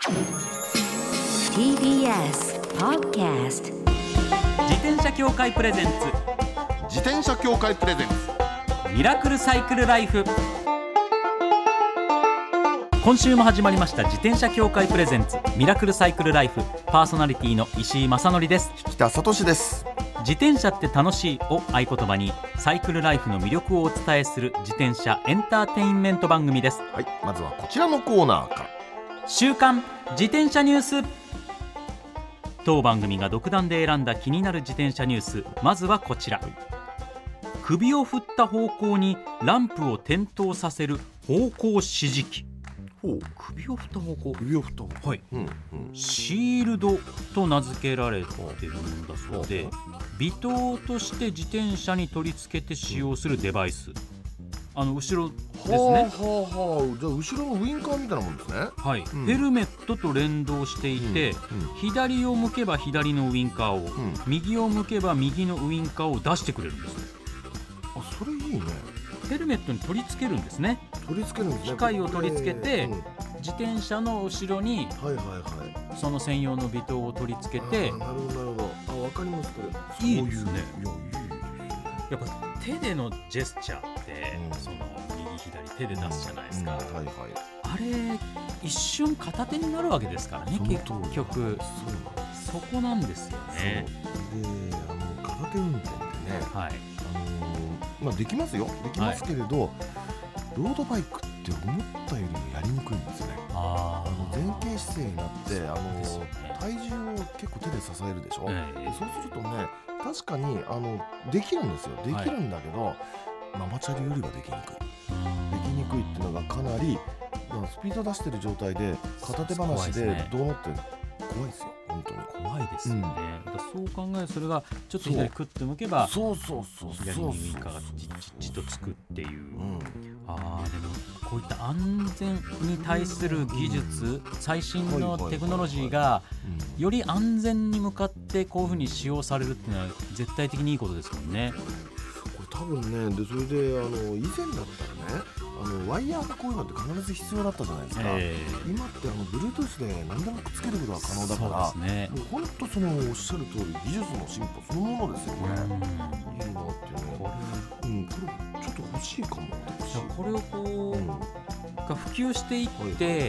TBS Podcast 自転車協会プレゼンツ自転車協会プレゼンツミラクルサイクルライフ。今週も始まりました自転車協会プレゼンツミラクルサイクルライフ。パーソナリティの石井正則です。 北里志です。 自転車って楽しいを合言葉にサイクルライフの魅力をお伝えする自転車エンターテインメント番組です。 はい、まずはこちらのコーナーから。 週刊自転車ニュース。当番組が独断で選んだ気になる自転車ニュース、まずはこちら。首を振った方向にランプを点灯させる方向指示器。首を振った方向、はい、シールドと名付けられているものだそうで、微灯として自転車に取り付けて使用するデバイス。後ろですね。 じゃあ後ろのウインカーみたいなもんですね。 はい、ヘルメットと連動していて、左を向けば左のウインカーを、右を向けば右のウインカーを出してくれるんです。 あ、それいいね。 ヘルメットに取り付けるんですね。機械を取り付けて、自転車の後ろに、その専用の微灯を取り付けて。 なるほど。あ、わかります。これいいですね。やっぱ手でのジェスチャーって、その右左手で出すじゃないですか。あれ一瞬片手になるわけですからね。結局そこなんですよね。 で、片手運転ってね、できますよ。できますけれど、ロードバイクって思ったよりもやりにくいんですよね。前傾姿勢になって、体重を結構手で支えるでしょ。そうするとね、確かにできるんですよ。できるんだけど、ママチャリよりはできにくいっていうのがかなり、スピード出してる状態で片手放しでどうなって怖いですよ。本当に怖いですよね。そう考えると、それがちょっと左クッと向けば左にウインカーがじっとつくっていう。でもこういった安全に対する技術、最新のテクノロジーがより安全に向かってこういうふうに使用されるっていうのは絶対的にいいことですもんね。これ多分ね、それで以前だったらね、ワイヤーがこういうのって必ず必要だったじゃないですか。今って Bluetooth で何でもくっつけることが可能だから、もう本当そのおっしゃる通り、技術の進歩そのものですよね。いいなっていうの。これちょっと欲しいかも。これをが普及していって、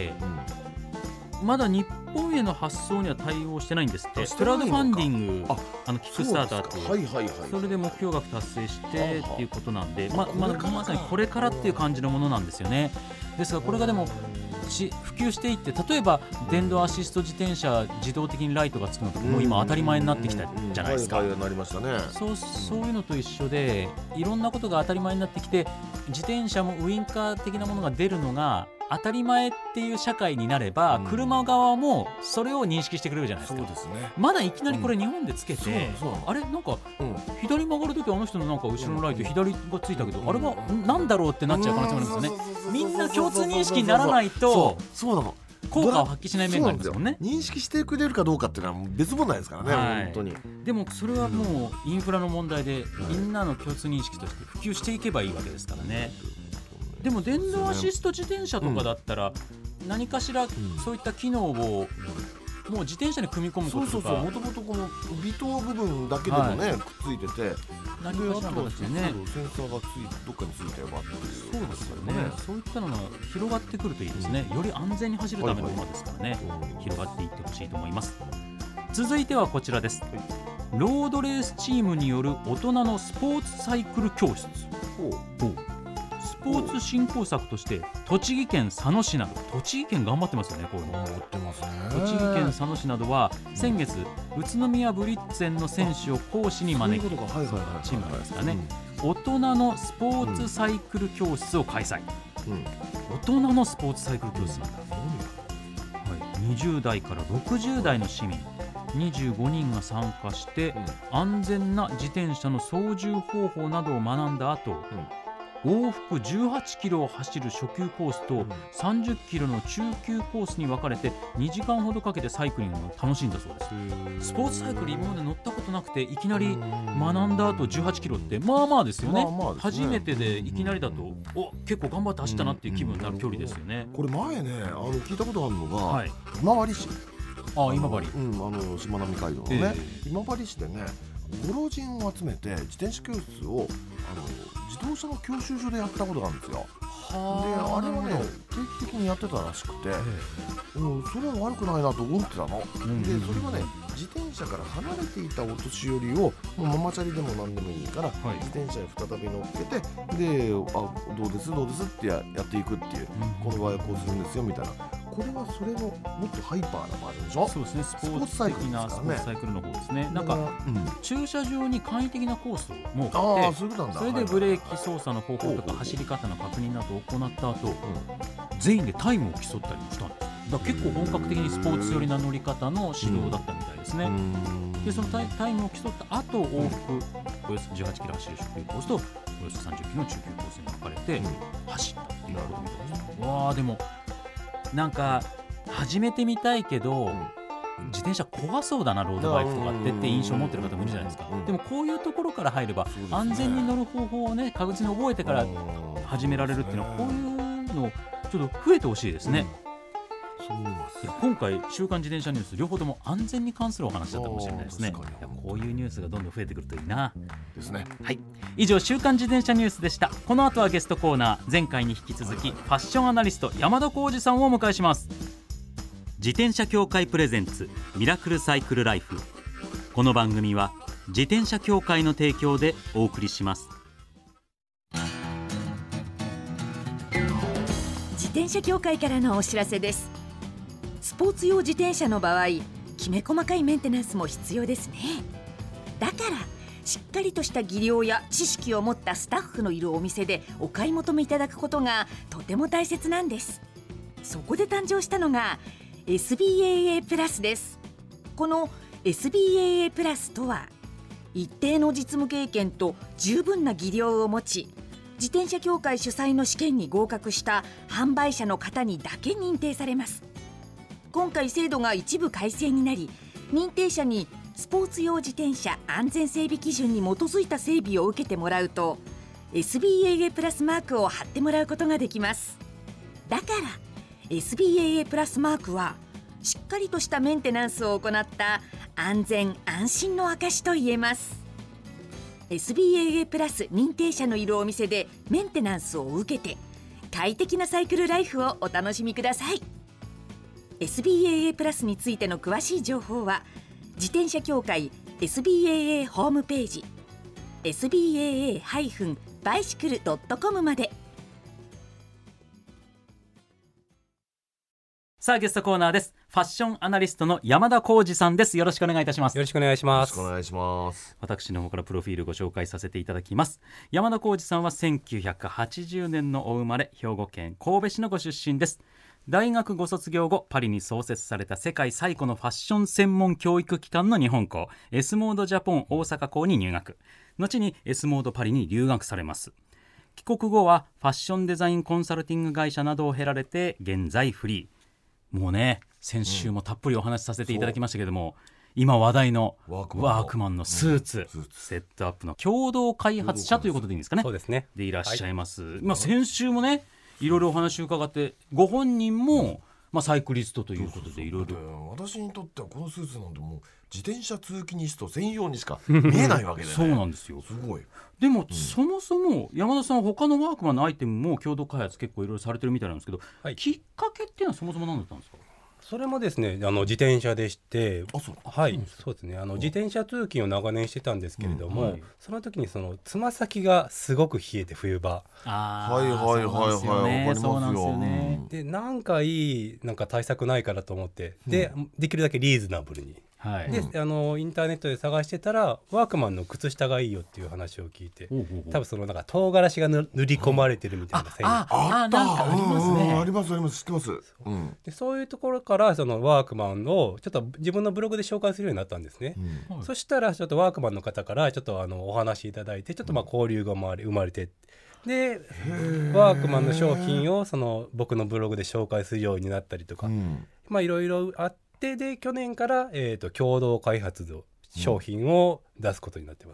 まだ日本への発送には対応してないんですって。クラウドファンディング、キックスターターっていう、それで目標額達成してっていうことなんで、まさにこれからっていう感じのものなんですよね。ですがこれがでも普及していって、例えば電動アシスト自転車自動的にライトがつくのとかもう今当たり前になってきたじゃないですか。そういうのと一緒で、いろんなことが当たり前になってきて、自転車もウインカー的なものが出るのが当たり前っていう社会になれば、車側もそれを認識してくれるじゃないですか。まだいきなりこれ日本でつけて、あれなんか左曲がるとき、あの人のなんか後ろのライト左がついたけど、あれはなんだろうってなっちゃう可能性もありますよね。みんな共通認識にならないと効果を発揮しない面がありますもんね。 認識してくれるかどうかっていうのは別問題ですからね。本当に。 でもそれはもうインフラの問題で、みんなの共通認識として普及していけばいいわけですからね。でも電動アシスト自転車とかだったら、何かしらそういった機能をもう自転車に組み込むこととか、 もともとこの微灯部分だけでもね、くっついてて、 何かしらの形でね、 センサーがどっかについてればっていう。 そうですよね。そういったのが広がってくるといいですね。より安全に走るためのものですからね、広がっていってほしいと思います。続いてはこちらです。ロードレースチームによる大人のスポーツサイクル教室。スポーツ振興策として栃木県佐野市など、栃木県頑張ってますよね。こういうの頑張ってますね。 栃木県佐野市などは先月、宇都宮ブリッツェンの選手を講師に招き、チームですかね、大人のスポーツサイクル教室を開催。大人のスポーツサイクル教室なんだ。20代から60代の市民25人が参加して、安全な自転車の操縦方法などを学んだ後、 往復18キロを走る初級コースと30キロの中級コースに分かれて2時間ほどかけてサイクリングを楽しんだそうです。スポーツサイクル今まで乗ったことなくていきなり学んだ後18キロってまあまあですよね。初めてでいきなりだと結構頑張って走ったなっていう気分になる距離ですよね。 これ前ね聞いたことあるのが、今治市、 今治、 しまなみ海道のね、今治市でねご老人を集めて自転車教室を自動車の教習所でやったことがあるんですよ。であれはね定期的にやってたらしくて、それは悪くないなと思ってたの。でそれはね自転車から離れていたお年寄りをもうママチャリでも何でもいいから、自転車に再び乗っけてでどうですってやっていくっていう、この場合はこうするんですよみたいな。これはそれのもっとハイパーなバージョンでしょ。 そうですね、スポーツ的なスポーツサイクルの方ですね。なんか、駐車場に簡易的なコースを設けて、それでブレーキ操作の方法とか走り方の確認などを行った後、全員でタイムを競ったりしたんです。だから結構本格的にスポーツ寄りな乗り方の指導だったみたいですね。でそのタイムを競った後往復およそ18キロ走る初級コースとおよそ30キロの中級コースに分かれて走ったっていうことみたいです。わー、でもなんか始めてみたいけど、自転車怖そうだなロードバイクとかって印象を持ってる方もいるじゃないですか。でもこういうところから入れば安全に乗る方法をね確実に覚えてから始められるっていうのは、こういうのちょっと増えてほしいですね。今回週刊自転車ニュース両方とも安全に関するお話だったかもしれないですね。こういうニュースがどんどん増えてくるといいなですね。 はい、以上週刊自転車ニュースでした。この後はゲストコーナー、前回に引き続きファッションアナリスト山田浩二さんをお迎えします。自転車協会プレゼンツミラクルサイクルライフ。この番組は自転車協会の提供でお送りします。 自転車協会からのお知らせです。スポーツ用自転車の場合、きめ細かいメンテナンスも必要ですね。だからしっかりとした技量や知識を持ったスタッフのいるお店でお買い求めいただくことがとても大切なんです。そこで誕生したのが SBAA プラスです。この SBAA プラスとは、一定の実務経験と十分な技量を持ち、自転車協会主催の試験に合格した販売者の方にだけ認定されます。今回制度が一部改正になり、認定者にスポーツ用自転車安全整備基準に基づいた整備を受けてもらうと SBAA プラスマークを貼ってもらうことができます。だから SBAA プラスマークはしっかりとしたメンテナンスを行った安全安心の証と言えます。 SBAA プラス認定者のいるお店でメンテナンスを受けて快適なサイクルライフをお楽しみください。SBAA プラスについての詳しい情報は自転車協会 SBAA ホームページ SBAA-bicycle.com まで。 さあゲストコーナーです。ファッションアナリストの山田浩二さんです。よろしくお願いいたします。 よろしくお願いします。 よろしくお願いします。 私の方からプロフィールご紹介させていただきます。山田浩二さんは1980年のお生まれ、兵庫県神戸市のご出身です。大学ご卒業後、パリに創設された世界最古のファッション専門教育機関の日本校 S モードジャポン大阪校に入学、後に S モードパリに留学されます。帰国後はファッションデザインコンサルティング会社などを経られて現在フリー。もうね、先週もたっぷりお話しさせていただきましたけれども、今話題のワークマンのスーツ、セットアップの共同開発者ということでいいんですかね。 そうですね。 でいらっしゃいます。先週もねいろいろお話を伺って、ご本人も、サイクリストということでいろいろ。 私にとってはこのスーツなんてもう自転車通勤ニスト専用にしか見えないわけで、ね、 そうなんですよ。 すごい。 でも、そもそも山田さんは他のワークマンのアイテムも共同開発結構いろいろされてるみたいなんですけど、きっかけっていうのはそもそも何だったんですか？ それもですね、自転車でして、 そうですね、自転車通勤を長年してたんですけれども、その時にそのつま先がすごく冷えて、冬場。 そうなんですよね。 でなんか対策ないかなと思って、できるだけリーズナブルに。でインターネットで探してたらワークマンの靴下がいいよっていう話を聞いて、多分そのなんか唐辛子が塗り込まれてるみたいな繊維なんかありますね。 あります知ってます。 でそういうところからそのワークマンをちょっと自分のブログで紹介するようになったんですね。そしたらちょっとワークマンの方からちょっとお話いただいて、ちょっと交流が生まれて、 でワークマンの商品をその僕のブログで紹介するようになったりとか、まあいろいろあってで去年から、共同開発の商品を出すことになってます。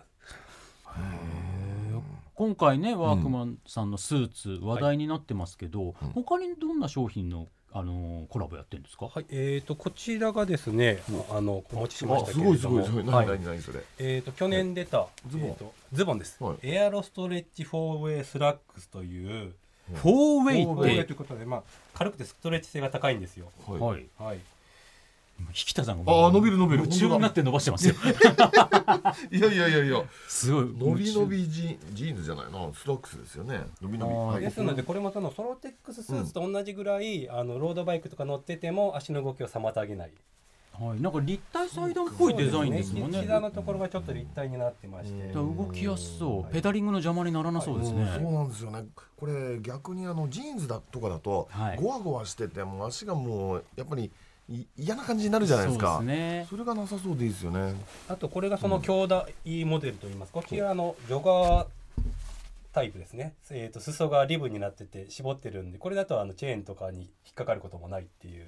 今回ねワークマンさんのスーツ話題になってますけど、他にどんな商品のコラボやってるんですか？ はい、こちらがですね、お持ちしましたけれども、 何それ？ 去年出たズボンです。エアロストレッチフォーウェイスラックスというフォーウェイということで、まあ軽くてストレッチ性が高いんですよ。 はい。引田さんが伸びる夢中になって伸ばしてますよ。 いやすごい伸びジーンズじゃないな、スラックスですよね。伸びですのでこれもそのソロテックススーツと同じぐらい、ロードバイクとか乗ってても足の動きを妨げない、 なんか立体裁断っぽいデザインですもんね。 膝のところがちょっと立体になってまして、 動きやすそう、ペダリングの邪魔にならなそうですね。 そうなんですよね。これ逆にジーンズとかだとゴワゴワしてても足がもうやっぱり嫌な感じになるじゃないですか。そうですね。それがなさそうでいいですよね。 あとこれがその兄弟モデルといいますか、こちらジョガータイプですね。裾がリブになってて絞ってるんで、これだとチェーンとかに引っかかることもないっていう。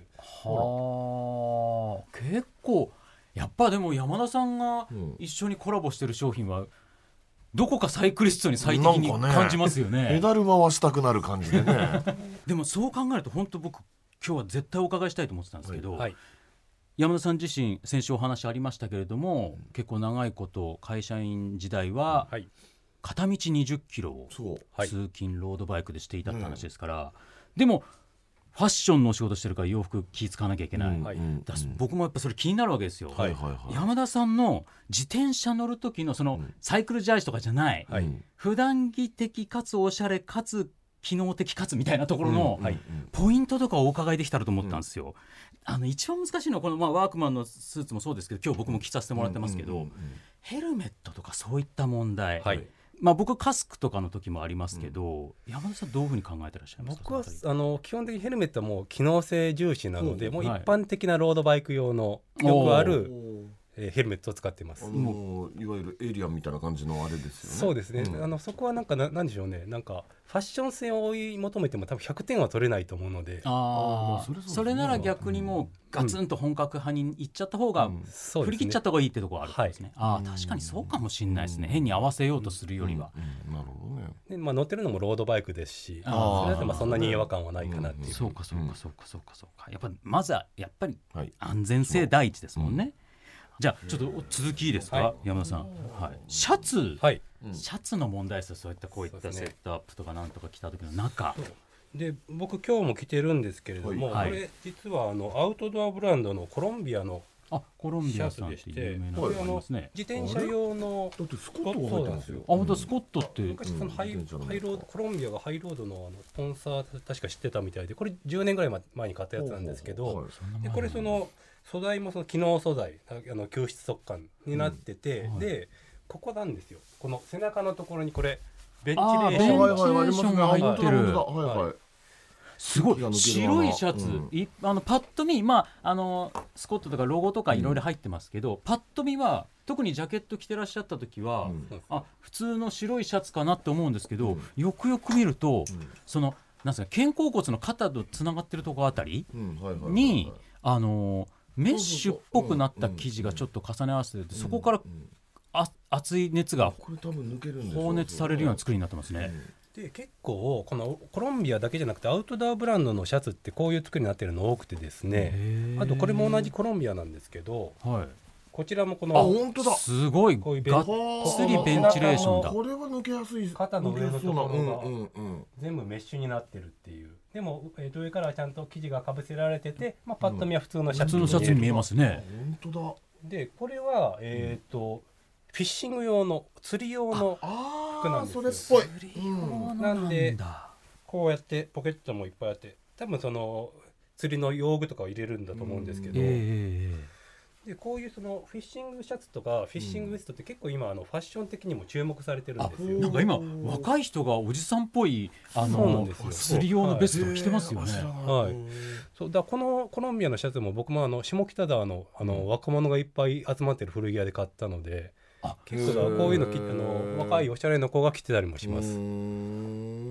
結構やっぱでも山田さんが一緒にコラボしてる商品はどこかサイクリストに最適に感じますよね。 ペダル回したくなる感じでね。 でもそう考えると本当僕今日は絶対お伺いしたいと思ってたんですけど、山田さん自身先週お話ありましたけれども、結構長いこと会社員時代は片道20キロを通勤ロードバイクでしていたって話ですから、でもファッションのお仕事してるから洋服気使わなきゃいけない、僕もやっぱそれ気になるわけですよ。山田さんの自転車乗る時のそのサイクルジャージとかじゃない、普段着的かつおしゃれかつ機能的かつみたいなところのポイントとかをお伺いできたらと思ったんですよ。一番難しいのはこのワークマンのスーツもそうですけど、今日僕も着させてもらってますけど、ヘルメットとかそういった問題、僕カスクとかの時もありますけど、山田さんどういうふうに考えてらっしゃいますか？ 僕は基本的にヘルメットはもう機能性重視なので、もう一般的なロードバイク用のよくあるヘルメットを使っています。 いわゆるエイリアンみたいな感じのあれですよね。 そうですね、そこはなんかなんでしょうね、なんかファッション性を追い求めても多分100点は取れないと思うので、 それなら逆にもうガツンと本格派にいっちゃった方が、振り切っちゃった方がいいってところあるんですね。確かにそうかもしれないですね、変に合わせようとするよりは。 なるほどね。 で、乗ってるのもロードバイクですし、それだとそんなに違和感はないかなっていう。 そうかやっぱまずはやっぱり安全性第一ですもんね。じゃあちょっと続きいいですか、山田さん。シャツの問題ですよ。そういったこういったセットアップとかなんとか着た時の中で、僕今日も着てるんですけれども、これ実はアウトドアブランドのコロンビアのシャツでして、これ自転車用のだってスコットが入ってるんですよ。 本当スコットって昔そのハイロード、コロンビアがハイロードのスポンサー確か知ってたみたいで、これ10年ぐらい前に買ったやつなんですけど、でこれその素材もその機能素材、吸湿速乾になってて、でここなんですよ、この背中のところにこベンチレーションが入ってる。すごい白いシャツ、パッと見、スコットとかロゴとかいろいろ入ってますけど、パッと見は特にジャケット着てらっしゃった時は、普通の白いシャツかなって思うんですけど、よくよく見ると、そのなんですか、肩甲骨の肩とつながってるところあたりにメッシュっぽくなった生地がちょっと重ね合わせてて、そこから熱い熱が放熱されるような作りになってますね。 で結構このコロンビアだけじゃなくてアウトドアブランドのシャツってこういう作りになってるの多くてですね、あとこれも同じコロンビアなんですけど、こちらもこの本当だ、 すごいがっつりベンチレーションだ。 これは抜けやすい。 肩の上のところが全部メッシュになってるっていう。でも上からはちゃんと生地がかぶせられてて、パッと見は普通のシャツに見えますね。 本当だ。 でこれはフィッシング用の釣り用の服なんですよ。 それっぽい。 なんでこうやってポケットもいっぱいあって、多分その釣りの用具とかを入れるんだと思うんですけど、でこういうそのフィッシングシャツとかフィッシングベストって結構今ファッション的にも注目されてるんですよ。 なんか今若い人がおじさんっぽい釣り用のベストを着てますよね。 そうだ、このコロンビアのシャツも僕も下北沢の若者がいっぱい集まってる古着屋で買ったので、結構こういうの若いおしゃれの子が着てたりもします。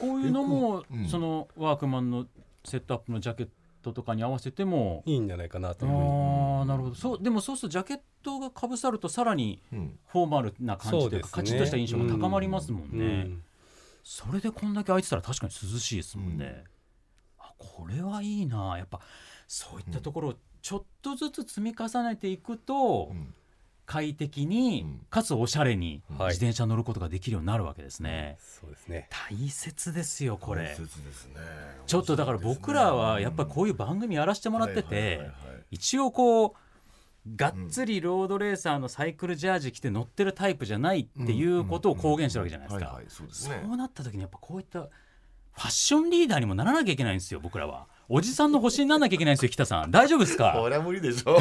こういうのも、そのワークマンのセットアップのジャケットとかに合わせてもいいんじゃないかなと思なるほど。でもそうするとジャケットがかぶさるとさらにフォーマルな感じというか、カチッとした印象が高まりますもんね。それでこんだけ空いてたら確かに涼しいですもんね。これはいいな。やっぱそういったところをちょっとずつ積み重ねていくと、快適にかつおしゃれに自転車乗ることができるようになるわけですね。 そうですね。 大切ですよこれ。 大切ですね。 ちょっとだから僕らはやっぱりこういう番組やらせてもらってて、一応こうがっつりロードレーサーのサイクルジャージ着て乗ってるタイプじゃないっていうことを公言してるわけじゃないですか。そうなった時にやっぱこういったファッションリーダーにもならなきゃいけないんですよ。僕らはおじさんの星にならなきゃいけないんですよ。北さん大丈夫ですか？ これは無理でしょ。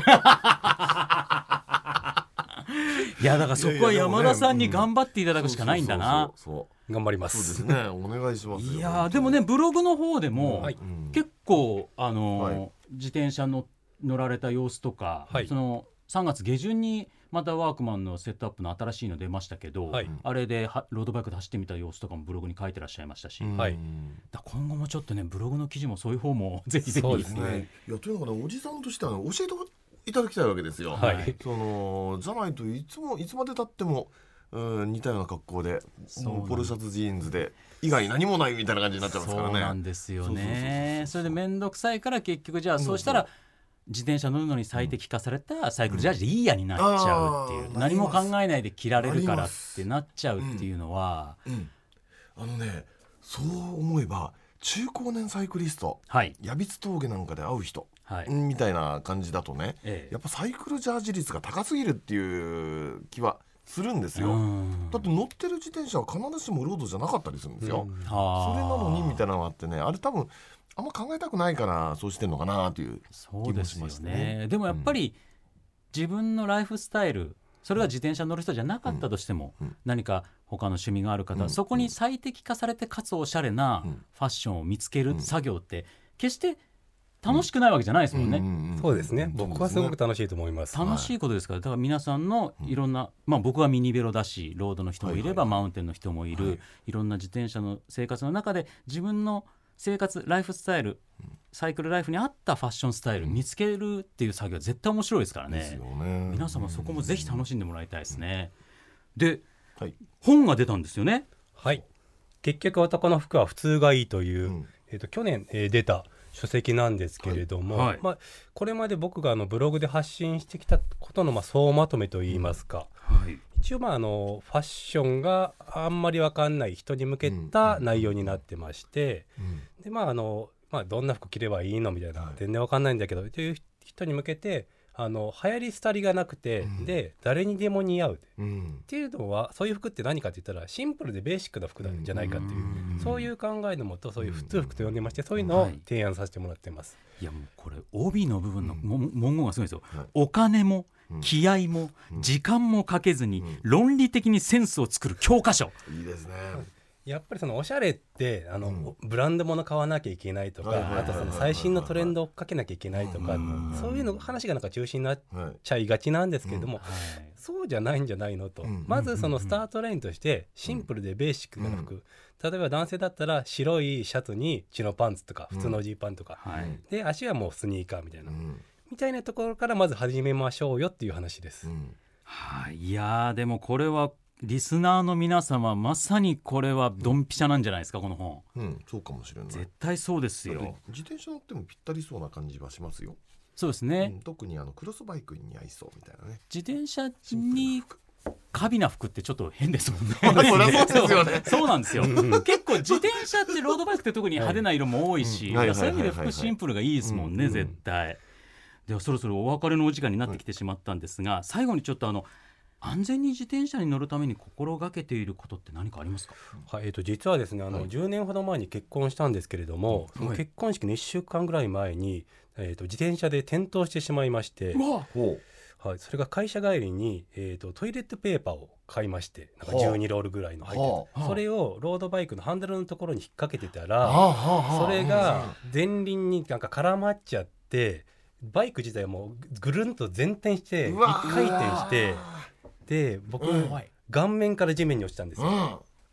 いやだからそこは山田さんに頑張っていただくしかないんだな。 頑張ります。 そうですね。お願いしますよ。 いやでもねブログの方でも結構自転車乗られた様子とか、その3月下旬にまたワークマンのセットアップの新しいの出ましたけど、あれでロードバイクで走ってみた様子とかもブログに書いてらっしゃいましたし、だ今後もちょっとねブログの記事もそういう方もぜひぜひ。 そうですね。いやというのかね、おじさんとしては教えていただきたいわけですよ。じゃないといつまでたっても似たような格好でポロシャツジーンズで以外何もないみたいな感じになっちゃいますからね。 そうなんですよね。それで面倒くさいから結局じゃあそうしたら自転車乗るのに最適化されたサイクルジャージでいいやになっちゃうっていう、何も考えないで着られるからってなっちゃうっていうのは、 そう思えば中高年サイクリスト、矢櫃峠なんかで会う人、みたいな感じだとね、やっぱサイクルジャージ率が高すぎるっていう気はするんですよ。だって乗ってる自転車は必ずしもロードじゃなかったりするんですよ。それなのにみたいなのがあってね、あれ多分あんま考えたくないからそうしてんのかなという気もしますね。 でもやっぱり自分のライフスタイル、それが自転車乗る人じゃなかったとしても、何か他の趣味がある方、そこに最適化されてかつおしゃれなファッションを見つける作業って決して楽しくないわけじゃないですもんね。 そうですね。僕はすごく楽しいと思います。 楽しいことですから。だから皆さんのいろんな、僕はミニベロだしロードの人もいればマウンテンの人もいる、いろんな自転車の生活の中で自分の生活ライフスタイル、サイクルライフに合ったファッションスタイル見つけるっていう作業は絶対面白いですからね。皆さんもそこもぜひ楽しんでもらいたいですね。で、本が出たんですよね。 結局男の服は普通がいいという、去年、出た書籍なんですけれども、これまで僕がブログで発信してきたことの総まとめといいますか、一応ファッションがあんまり分かんない人に向けた内容になってまして、でどんな服着ればいいのみたいな、全然分かんないんだけどという人に向けて流行り廃りがなくて、で誰にでも似合う、っていうのはそういう服って何かって言ったらシンプルでベーシックな服なんじゃないかっていう、そういう考えのもとそういう普通服と呼んでまして、そういうのを提案させてもらってます。 いやもうこれ帯の部分の文言がすごいですよ。お金も気合も時間もかけずに論理的にセンスを作る教科書。 いいですね。 やっぱりそのおしゃれってブランド物買わなきゃいけないとか、あとその最新のトレンドを追っかけなきゃいけないとか、そういうの話がなんか中心になっちゃいがちなんですけれども、そうじゃないんじゃないのと、まずそのスタートラインとしてシンプルでベーシックな服、例えば男性だったら白いシャツにチノパンツとか普通のジーパンとか、で足はもうスニーカーみたいな、ところからまず始めましょうよっていう話です。 いやでもこれはリスナーの皆様まさにこれはドンピシャなんじゃないですか、この本。 そうかもしれない。 絶対そうですよ。 自転車乗ってもぴったりそうな感じはしますよ。 そうですね、 特にクロスバイクに似合いそうみたいなね。 自転車に過敏な服ってちょっと変ですもんね。そうなんですよ。結構自転車ってロードバイクって特に派手な色も多いし、そういう意味で服シンプルがいいですもんね、絶対。ではそろそろお別れのお時間になってきてしまったんですが、最後にちょっと安全に自転車に乗るために心がけていることって何かありますか？ 実はですね10年ほど前に結婚したんですけれども、その結婚式の1週間ぐらい前に、自転車で転倒してしまいまして、それが会社帰りに、トイレットペーパーを買いまして、なんか12ロールぐらいの入ってて、それをロードバイクのハンドルのところに引っ掛けてたら、それが前輪になんか絡まっちゃって、バイク自体もぐるんと前転して1回転して、で僕顔面から地面に落ちたんですよ。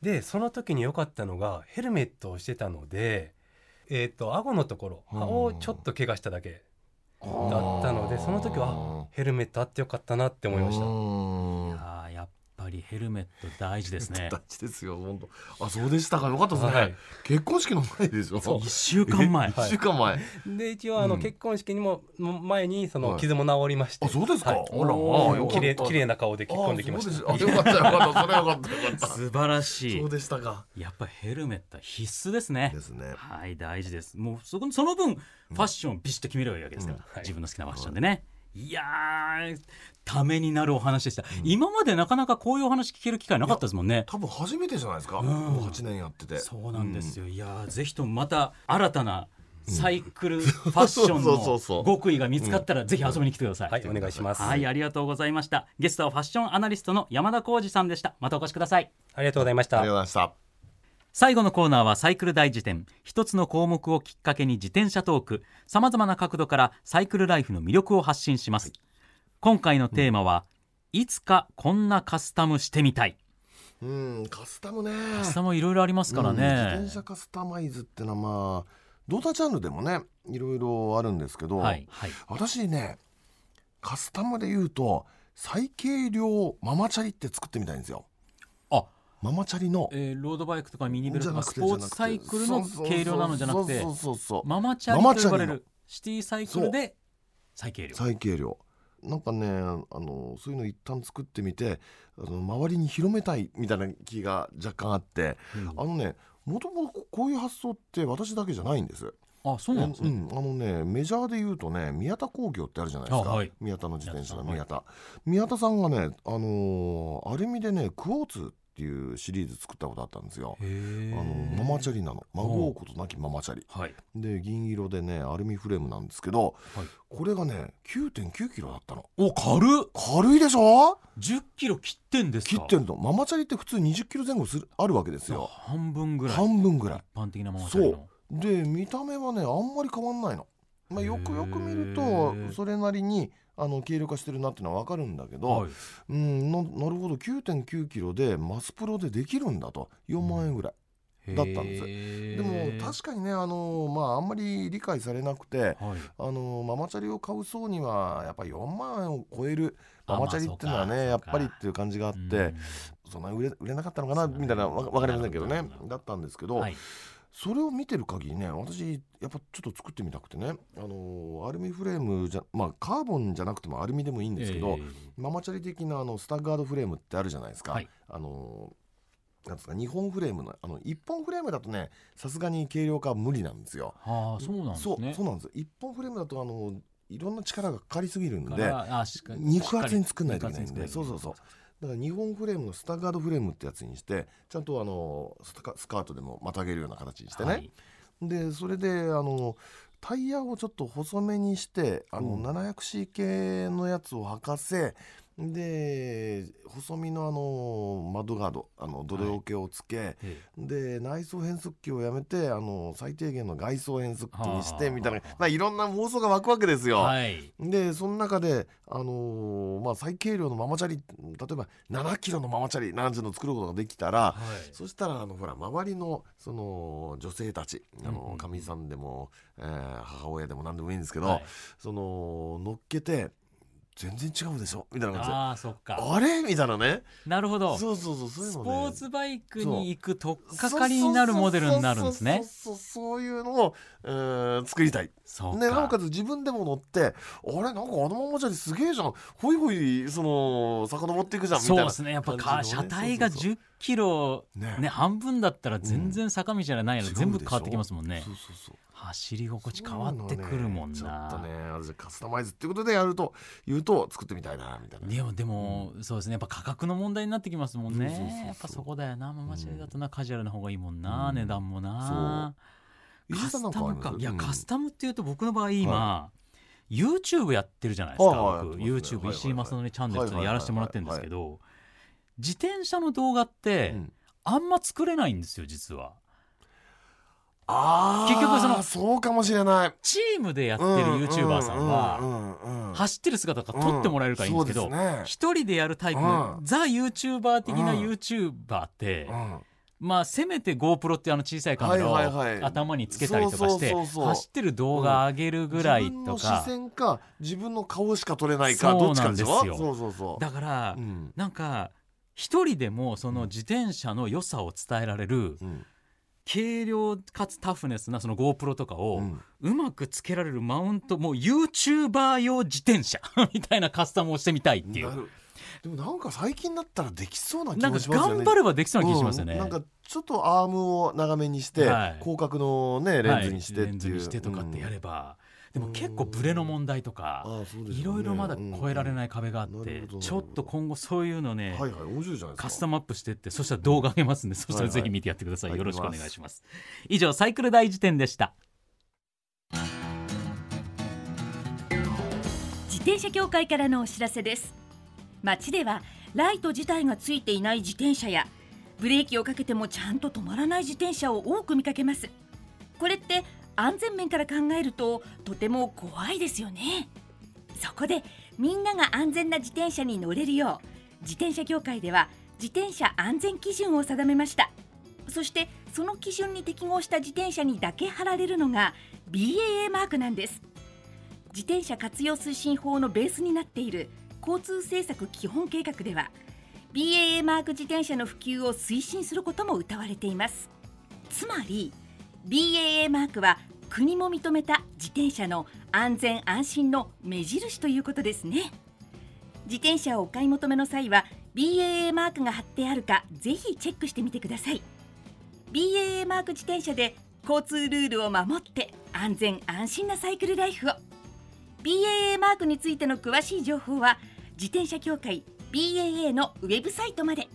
でその時に良かったのがヘルメットをしてたので、顎のところをちょっと怪我しただけだったので、その時はヘルメットあってよかったなって思いました。 やっぱりヘルメット大事ですね。 大事ですよ本当。そうでしたか。よかったですね、はい、結婚式の前でしょ。 1週間前 1週間前で一応結婚式にも前にその傷も治りまして、 そうですか。 綺麗な顔で結婚できました。 よかったよかった。それよかった素晴らしい。 そうでしたか。 やっぱりヘルメットは必須ですね。 ですね。 はい、大事です。もうその分ファッションをビシッと決めればいいわけですから、自分の好きなファッションでね。いやー、ためになるお話でした、今までなかなかこういうお話聞ける機会なかったですもんね。 多分初めてじゃないですか、もう8年やってて。 そうなんですよ、いやぜひともまた新たなサイクルファッションの極意が見つかったらぜひ遊びに来てください。 はい、お願いします。 はい、ありがとうございました。ゲストはファッションアナリストの山田浩二さんでした。またお越しください。 ありがとうございました。 ありがとうございました。 最後のコーナーはサイクル大辞典。一つの項目をきっかけに自転車トーク、さまざまな角度からサイクルライフの魅力を発信します。今回のテーマは、いつかこんなカスタムしてみたい。 カスタムね。 カスタムいろいろありますからね、 自転車カスタマイズってのはドータジャンルでもねいろいろあるんですけど、私ねカスタムで言うと最軽量ママチャリって作ってみたいんですよ。ママチャリの、 ロードバイクとかミニベルとかスポーツサイクルの軽量なのじゃなくて、ママチャリと呼ばれるシティサイクルで最軽量なんかねそういうの一旦作ってみて周りに広めたいみたいな気が若干あって、もともとこういう発想って私だけじゃないんです。そうなんですね。 メジャーで言うとね宮田工業ってあるじゃないですか、宮田の自転車の宮田さんがねアルミでねクォーツっていうシリーズ作ったことあったんですよ。ママチャリなの、まごうことなきママチャリ、で銀色でねアルミフレームなんですけど、これがね 9.9 キロだったの。軽いでしょ。 10キロ切ってんですか。 切ってんの。ママチャリって普通20キロ前後あるわけですよ。 半分ぐらい一般的なママチャリの。 で見た目はねあんまり変わんないの。よくよく見るとそれなりに軽量化してるなっていうのは分かるんだけど、なるほど 9.9 キロでマスプロでできるんだと。4万円ぐらいだったんです。でも確かにねあんまり理解されなくて、ママチャリを買う層にはやっぱり4万円を超えるママチャリっていうのはねやっぱりっていう感じがあって、そんな売れなかったのかなみたいな分かりませんけどねだったんですけど、それを見てる限りね私やっぱちょっと作ってみたくてねアルミフレームカーボンじゃなくてもアルミでもいいんですけど、ママチャリ的なスタッガードフレームってあるじゃないですか、なんですか2本フレームの1本フレームだとねさすがに軽量化は無理なんですよ。 そうなんですね。 そうなんです。1本フレームだといろんな力がかかりすぎるんで肉厚に作んないといけないんで、そうだから2本フレームのスタッガードフレームってやつにしてちゃんとスカートでもまたげるような形にしてね、でそれでタイヤをちょっと細めにして700C 系のやつを履かせ、で細身の窓ガードドレオケをつけ、で内装変速機をやめて最低限の外装変速機にしてみたいな、いろんな妄想が湧くわけですよ。でその中で最軽量のママチャリ、例えば7キロのママチャリなんていうのを作ることができたら、そしたらほら周りのその女性たちかみさんでも、母親でも何でもいいんですけど、乗っけて全然違うでしょみたいな感じで、あれみたいなね。なるほど。そういうのね、 スポーツバイクに行く取っかかりになるモデルになるんですね。 そういうのを、作りたい。なおかつ自分でも乗ってあれなんかママチャリすげえじゃん、ほいほい遡っていくじゃんみたいな。そうですね。 やっぱ車体が10キロね半分だったら全然坂道じゃないの、全部変わってきますもんね。走り心地変わってくるもんな。 ちょっとね私カスタマイズっていうことで言うと作ってみたいなみたいな。 でも、そうですね、やっぱ価格の問題になってきますもんね。やっぱそこだよな。ママチャリだとな、カジュアルな方がいいもんな、値段もな。カスタムか。いやカスタムっていうと僕の場合今、YouTube やってるじゃないですか。僕 YouTube 石井正則チャンネルでやらせてもらってるんですけど、自転車の動画ってあんま作れないんですよ実は。結局そうかもしれない。 チームでやってる YouTuber さんは走ってる姿とか撮ってもらえるからいいんですけど、一人でやるタイプのザ YouTuber 的な YouTuber ってせめて GoPro って小さいカメラを頭につけたりとかして走ってる動画上げるぐらいとか、 自分の視線か自分の顔しか撮れないかどっちかでしょ。 だから、なんか一人でもその自転車の良さを伝えられる、軽量かつタフネスなその GoPro とかをうまくつけられるマウント、もう YouTuber 用自転車みたいなカスタムをしてみたいっていう。 でもなんか最近だったらできそうな気もしますよね。 なんか頑張ればできそうな気がしますよね。 なんかちょっとアームを長めにして、広角のねレンズにしてっていう、 レンズにしてとかってやれば、でも結構ブレの問題とかいろいろまだ越えられない壁があって、ちょっと今後そういうのね、 面白いじゃないですか。 カスタムアップしてって、そしたら動画上げますんで、そしたらぜひ見てやってください。よろしくお願いします。以上、サイクル大辞典でした。 自転車協会からのお知らせです。街ではライト自体がついていない自転車や、ブレーキをかけてもちゃんと止まらない自転車を多く見かけます。これって安全面から考えるととても怖いですよね。そこでみんなが安全な自転車に乗れるよう、自転車協会では自転車安全基準を定めました。そしてその基準に適合した自転車にだけ貼られるのが BAA マークなんです。自転車活用推進法のベースになっている交通政策基本計画では BAA マーク自転車の普及を推進することも謳われています。つまり BAA マークは国も認めた自転車の安全安心の目印ということですね。自転車をお買い求めの際は BAA マークが貼ってあるかぜひチェックしてみてください。 BAA マーク自転車で交通ルールを守って安全安心なサイクルライフを。 BAA マークについての詳しい情報は自転車協会 BAA のウェブサイトまで。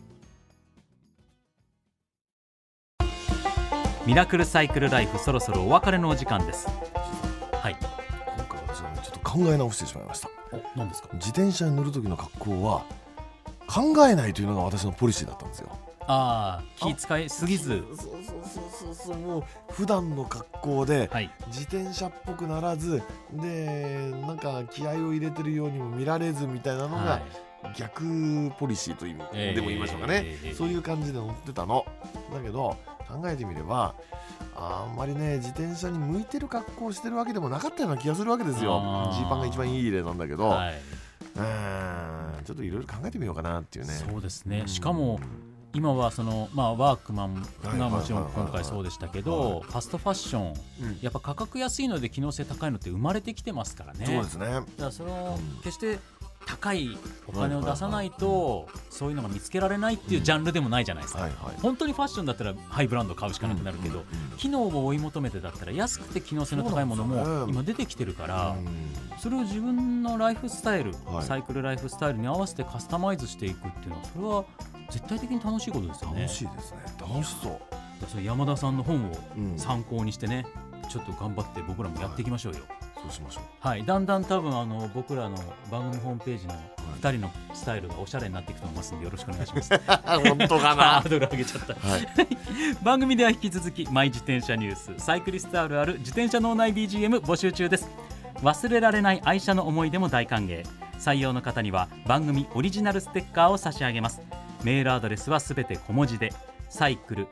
ミラクルサイクルライフ、そろそろお別れのお時間です。はい。 今回私はちょっと考え直してしまいました。 何ですか？ 自転車に乗る時の格好は考えないというのが私のポリシーだったんですよ。 気使いすぎず、 そうもう普段の格好で自転車っぽくならずで、なんか気合を入れてるようにも見られずみたいなのが逆ポリシーという意味でも言いましょうかね。そういう感じで乗ってたのだけど、考えてみればあんまりね自転車に向いてる格好をしてるわけでもなかったような気がするわけですよ。ジーパンが一番いい例なんだけど、ちょっといろいろ考えてみようかなっていうね。 そうですね。しかも今はその、ワークマンがもちろん今回そうでしたけど、ファストファッション、やっぱ価格安いので機能性高いのって生まれてきてますからね。 そうですね。 だからその、決して高いお金を出さないとそういうのが見つけられないっていうジャンルでもないじゃないですか。本当にファッションだったらハイブランド買うしかなくなるけど、機能を追い求めてだったら安くて機能性の高いものも今出てきてるから、それを自分のライフスタイル、サイクルライフスタイルに合わせてカスタマイズしていくっていうのは、それは絶対的に楽しいことですよね。 楽しいですね。楽しそう。 それ山田さんの本を参考にしてね、ちょっと頑張って僕らもやっていきましょうよ。 そうしましょう。 はい、だんだん多分僕らの番組ホームページの2人のスタイルがおしゃれになっていくと思いますので、よろしくお願いします。 本当かな。 ハードル上げちゃった、番組では引き続きマイ自転車ニュース、サイクリストあるある、自転車脳内 BGM 募集中です。忘れられない愛車の思い出も大歓迎。採用の方には番組オリジナルステッカーを差し上げます。メールアドレスはすべて小文字でサイクル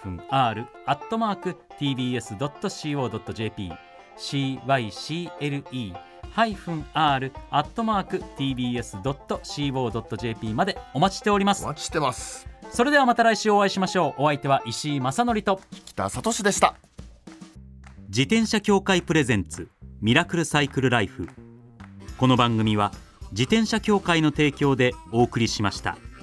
-r@tbs.co.jp cycle-r@tbs.co.jp までお待ちしております。 お待ちしてます。 それではまた来週お会いしましょう。お相手は石井正則と北里志でした。 自転車協会プレゼンツミラクルサイクルライフ。この番組は自転車協会の提供でお送りしました。